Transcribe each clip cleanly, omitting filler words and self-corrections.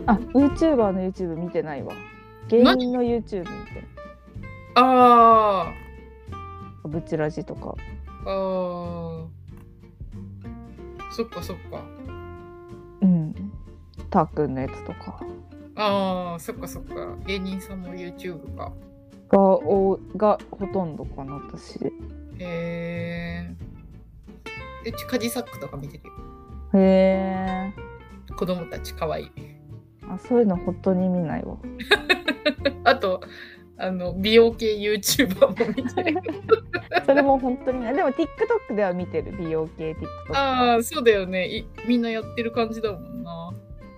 あ、YouTuber の YouTube 見てないわ。芸人の YouTube 見てる。 あブチラジとか。 あ、そっかそっか。 うん。たーくんのやつとか。 ああ、そっかそっか。芸人さんの YouTube か。 がほとんどかな、私。 へえ。カジサックとか見てるよ。 へえ。 子供たちかわいい。 あ、そういうの本当に見ないわ。 あと美容系 YouTuber も見てる。 それも本当にね。でも TikTok では見てる、美容系 TikTok。 ああ、そうだよね。みんなやってる感じだもんな。 うん。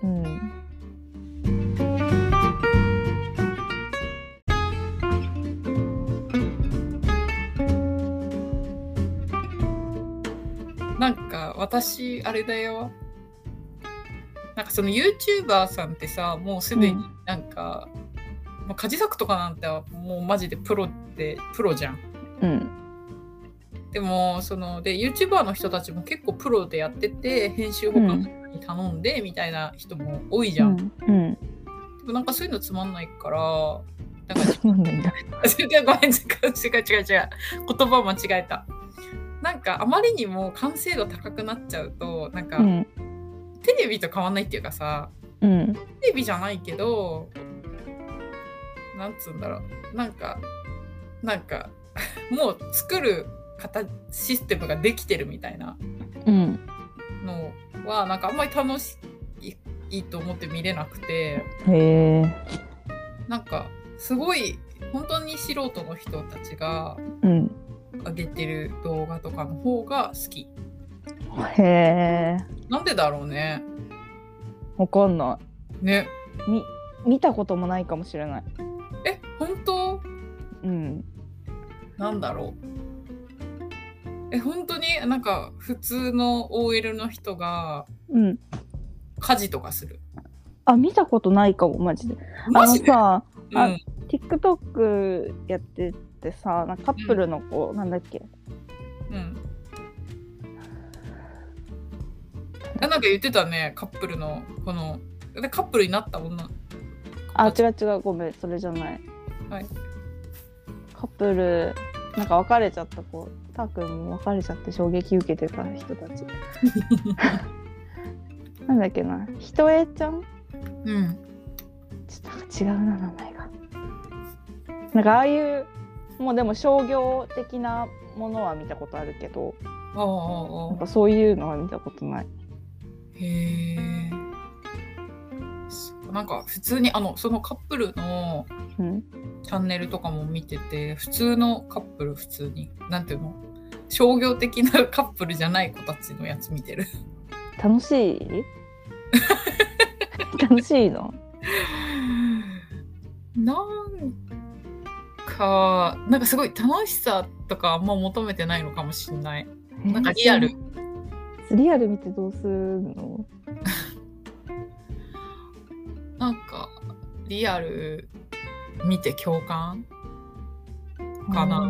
なんか私あれだよ。なんかその YouTuber さんってさ、もうすでになんか、カジサックとかなんてもうマジでプロじゃん。 うん。 でもYouTuber の人たちも結構プロでやってて、編集他の人に頼んでみたいな人も多いじゃん。 うん。 でもなんかそういうのつまんないから、 なんかごめん、違う。 言葉間違えた。なんかあまりにも完成度高くなっちゃうと、なんか、テレビと変わんないっていうかさ、テレビじゃないけど、なんつうんだろう、なんかもう作るシステムができてるみたいなのは、なんかあんまり楽しいと思って見れなくて、なんかすごい本当に素人の人たちが上げてる動画とかの方が好き。 へえ。 なんでだろうね。 わかんないね。 見たこともないかもしれない。 本当？ うん。 なんだろう。本当になんか普通の OL の人が家事とかする。 あ、見たことないかも、マジで。さ、TikTok やっててさ、なんかカップルの子、なんだっけ。 なんか言ってたね、カップルのこのカップルになった女。 あ、違う、ごめん、それじゃない。 はい。 カップルなんか別れちゃった子、たーくんも別れちゃって衝撃受けてた人たち。なんだっけな、ひとえちゃん？ちょっと違うな、名前が。なんかああいうもうでも商業的なものは見たことあるけど、なんかそういうのは見たことない。 へえ。なんか普通にそのカップルのチャンネルとかも見てて、普通のカップル、普通になんていうの、商業的なカップルじゃない子たちのやつ見てる。 楽しい？楽しいの？ なんかすごい楽しさとかあんま求めてないのかもしれない。なんかリアル見てどうするの？ なんかリアル見て共感かな。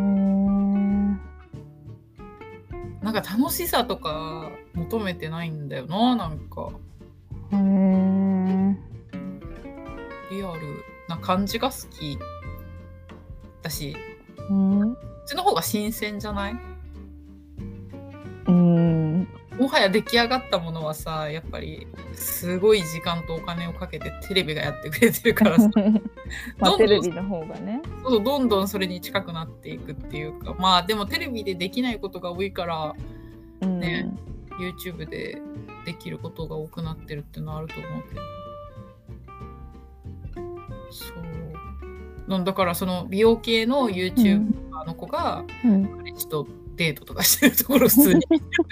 なんか楽しさとか求めてないんだよな、なんか。リアルな感じが好きだし、こっちの方が新鮮じゃない？もはや出来上がったものはさ、やっぱりすごい時間とお金をかけてテレビがやってくれてるからさテレビの方がね、 どんどんそれに近くなっていくっていうか、まあでもテレビでできないことが多いからね、YouTube でできることが多くなってるってのはあると思うけど、そうだからその美容系の YouTuber の子が彼氏とデートとかしてるところ普通に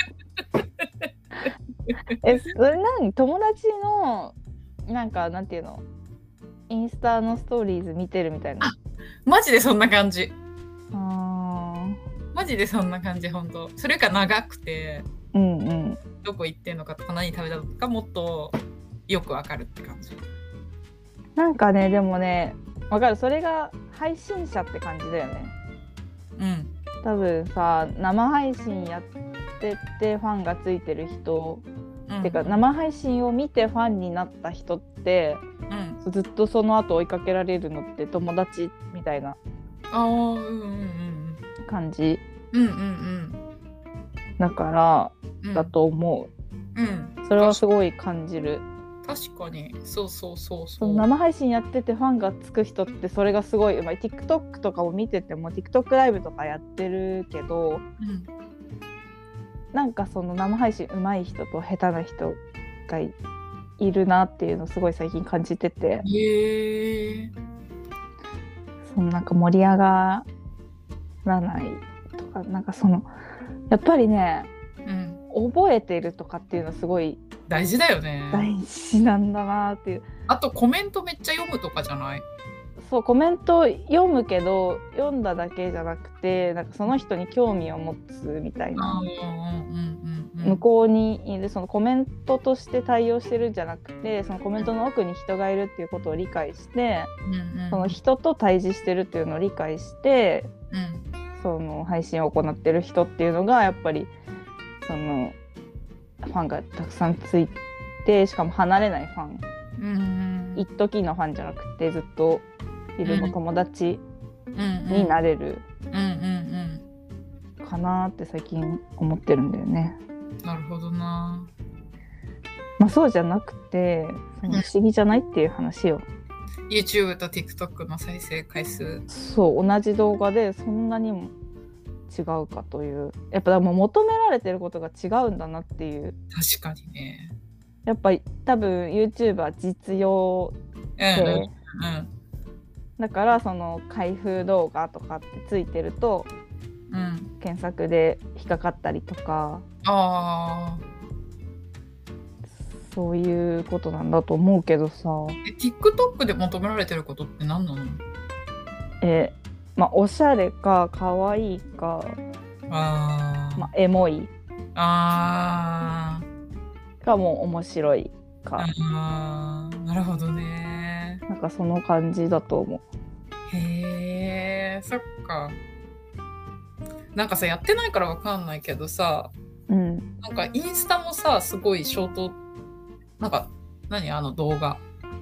それ何？友達のなんていうの、インスタのストーリーズ見てるみたいな。 マジでそんな感じ。マジでそんな感じ。本当それか長くて、どこ行ってんのかとか何食べたのかもっとよくわかるって感じ。 なんかね、でもね、わかる。それが配信者って感じだよね。多分さ、生配信やっててファンがついてる人てか生配信を見てファンになった人って、ずっとその後追いかけられるのって友達みたいな感じ、だからだと思う、それはすごい感じる。 確かにそう生配信やっててファンがつく人ってそれがすごい、TikTok とかを見てても TikTok ライブとかやってるけど、なんかその生配信上手い人と下手な人がいるなっていうのをすごい最近感じてて、そのなんか盛り上がらないとか、なんかそのやっぱりね、覚えてるとかっていうのすごい大事だよね。 大事なんだなっていう。 あとコメントめっちゃ読むとかじゃない？ そう、コメント読むけど読んだだけじゃなくて、なんかその人に興味を持つみたいな、向こうにいるそのコメントとして対応してるんじゃなくて、そのコメントの奥に人がいるっていうことを理解して、その人と対峙してるっていうのを理解して、その配信を行ってる人っていうのがやっぱりそのファンがたくさんついて、しかも離れないファン、一時のファンじゃなくてずっといるの友達になれるかなって最近思ってるんだよね。 なるほどな。 そうじゃなくてその不思議じゃないっていう話よ。 YouTube と TikTok の再生回数、 そう同じ動画でそんなにも違うかという、やっぱもう求められてることが違うんだなっていう。 確かにね。 やっぱり多分 YouTube は実用で、だからその開封動画とかってついてると、検索で引っかかったりとか、そういうことなんだと思うけどさ。 TikTok で求められてることって何なの？ おしゃれか可愛いか、エモいかも面白いか。 なるほどね。 なんかその感じだと思う。 へえ、そっか。なんかさ、やってないからわかんないけどさ、なんかインスタもさ、すごいショート、なんか何あの動画、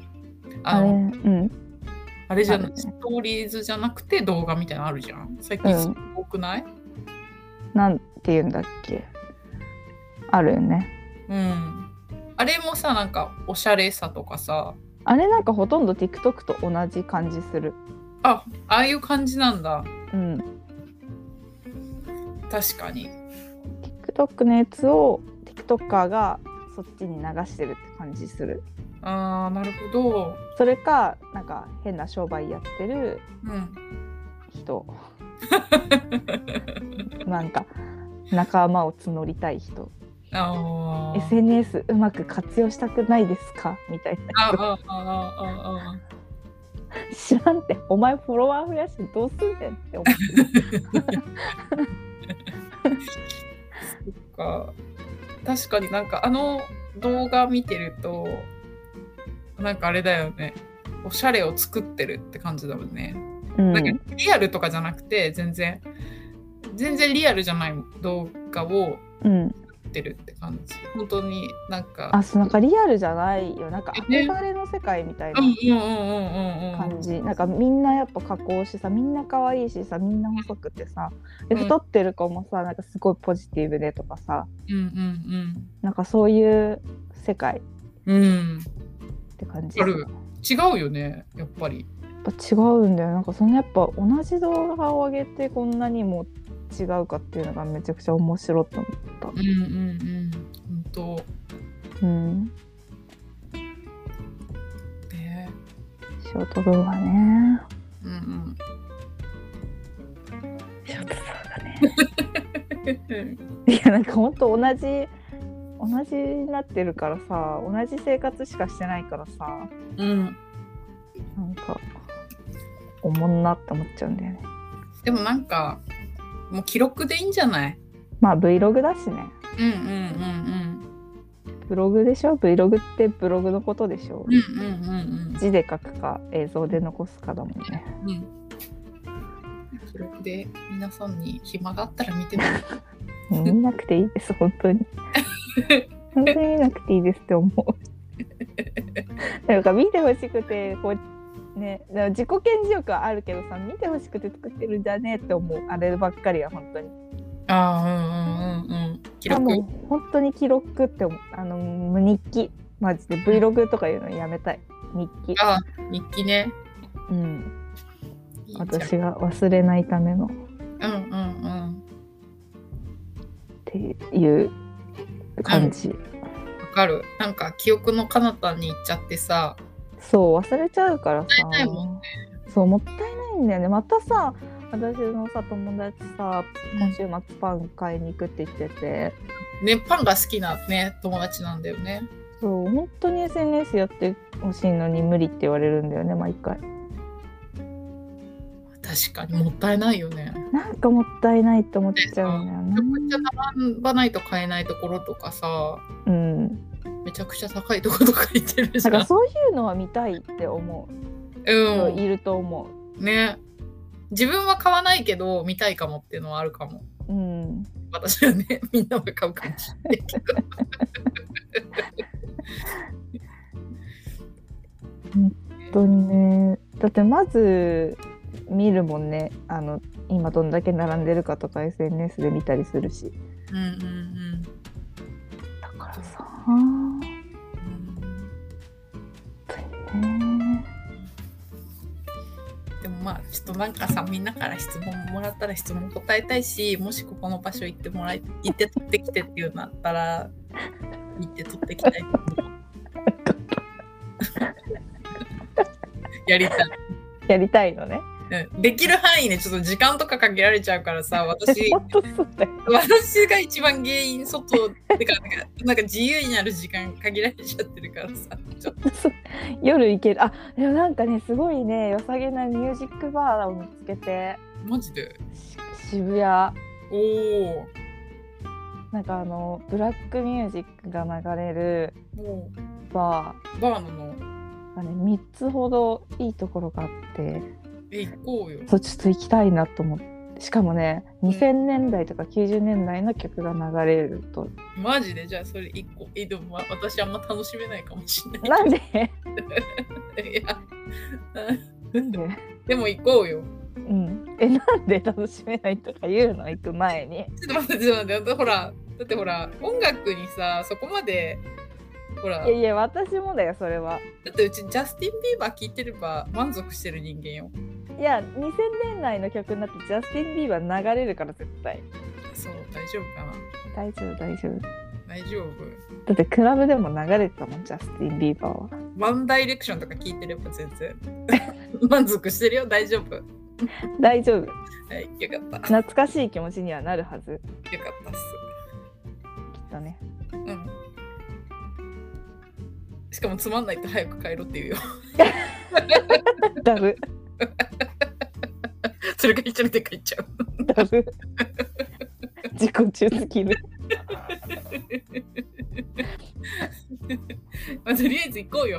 あれじゃない、ストーリーズじゃなくて動画みたいなのあるじゃん。最近すごくない？ なんて言うんだっけ、あるよね。 あれもさ、なんかおしゃれさとかさ、 あれなんかほとんど TikTok と同じ感じする。 ああいう感じなんだ。確かに TikTok のやつを TikToker がそっちに流してるって感じする。 なるほど。 それかなんか変な商売やってる人、なんか仲間を募りたい人、SNS うまく活用したくないですかみたいな人。知らんって、お前フォロワー増やしてどうすんねんって思ってる。 そっか。確かになんかあの動画見てるとなんかあれだよね、おしゃれを作ってるって感じだもんね。なんかリアルとかじゃなくて全然リアルじゃない動画を作ってるって感じ。本当になんかなんかリアルじゃないよ、なんか憧れの世界みたいな感じ。なんかみんなやっぱ加工しさ、みんな可愛いしさ、みんな細くてさ、で太ってる子もさ、なんかすごいポジティブでとかさ、なんかそういう世界って感じ。 違うよね、やっぱり。 やっぱ違うんだよ。なんかそのやっぱ同じ動画を上げてこんなにも違うかっていうのがめちゃくちゃ面白いと思った。 本当。 ショート動画ね。ショート動画ね。いやなんかほんと同じになってるからさ、同じ生活しかしてないからさ、なんかおもんなって思っちゃうんだよね。 でもなんかもう記録でいいんじゃない？ Vlog だしね。ブログでしょ。 Vlog ってブログのことでしょ。字で書くか映像で残すかだもんね。 記録で皆さんに暇があったら見てみる。 見なくていいです本当に。本全然見なくていいですって思う。なんか見てほしくてこうね、自己顕示欲はあるけどさ、見てほしくて作ってるんじゃねえって思う。あればっかりは本当に。記録。もう本当に記録って思う。日記マジで Vlog とかいうのやめたい。日記。 日記ね。 私が忘れないための。っていう感じ。わかる。なんか記憶の彼方に行っちゃってさ。 そう忘れちゃうからさ。 もったいないもんね。 そうもったいないんだよね。またさ、私のさ友達さ、今週末パン買いに行くって言ってて。 ね、パンが好きなね友達なんだよね。 そう本当に SNS やってほしいのに無理って言われるんだよね毎回。 確かにもったいないよね。 なんかもったいないって思っちゃうんだよね。 めちゃくちゃ並ばないと買えないところとかさ、めちゃくちゃ高いところとか行ってるじゃん。 なんかそういうのは見たいって思う。いると思う。 ね。自分は買わないけど見たいかもっていうのはあるかも。私はね、みんなは買うかもしれないけど。 本当にね。だってまず見るもんね。今どんだけ並んでるかとか SNS で見たりするし。だからさ。 でもまあちょっとなんかさ、みんなから質問もらったら質問答えたいし、もしここの場所行って取ってきてっていうのだったら行って取ってきたいと思う。やりたいのね。 できる範囲でちょっと時間とか限られちゃうからさ、私が一番原因外ってかなんか自由になる時間限られちゃってるからさ、ちょっと夜行ける。でもなんかねすごいね良さげなミュージックバーを見つけて。 マジで？ 渋谷。 お。 なんかブラックミュージックが流れるバーなのがね3つほどいいところがあって。 行こうよ。 そうちょっと行きたいなと思って。しかもね2000年代とか90年代の曲が流れると。 マジで？じゃあそれ1個。でも私あんま楽しめないかもしれない。 なんで？ いやなんで？ でも行こうよ。 なんで楽しめないとか言うの行く前に。 ちょっと待ってだってほら音楽にさそこまでほら。 いや私もだよそれは。 だってうちジャスティン・ビーバー聴いてれば満足してる人間よ。 いや2000年代の曲になってジャスティン・ビーバー流れるから絶対。 そう大丈夫かな。 大丈夫。だってクラブでも流れてたもんジャスティン・ビーバーは。 ワンダイレクションとか聴いてれば全然満足してるよ。大丈夫。 大丈夫。 はい、よかった。 懐かしい気持ちにはなるはず。 よかったっす。 きっとね。 しかもつまんないと早く帰ろって言うよ。 ダブ。 それが一緒にで帰っちゃう。 ダブ。自己中スキル。 とりあえず行こうよ。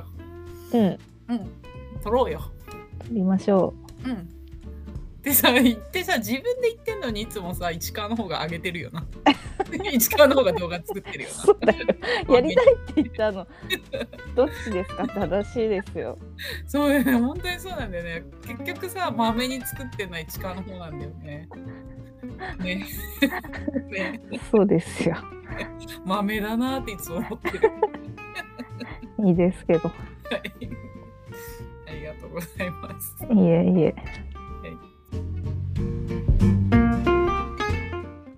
撮ろうよ。 撮りましょう。でさ自分で言ってんのにいつもさ市川の方が上げてるよな。市川の方が動画作ってるよな。 そうだよ。やりたいって言ったのどっちですか？正しいですよ。 そうだよね。本当にそうなんだよね。結局さまめに作ってるのは市川の方なんだよね。ね。 そうですよ。 まめだなっていつも思ってる。 いいですけど。 ありがとうございます。 いえいえ。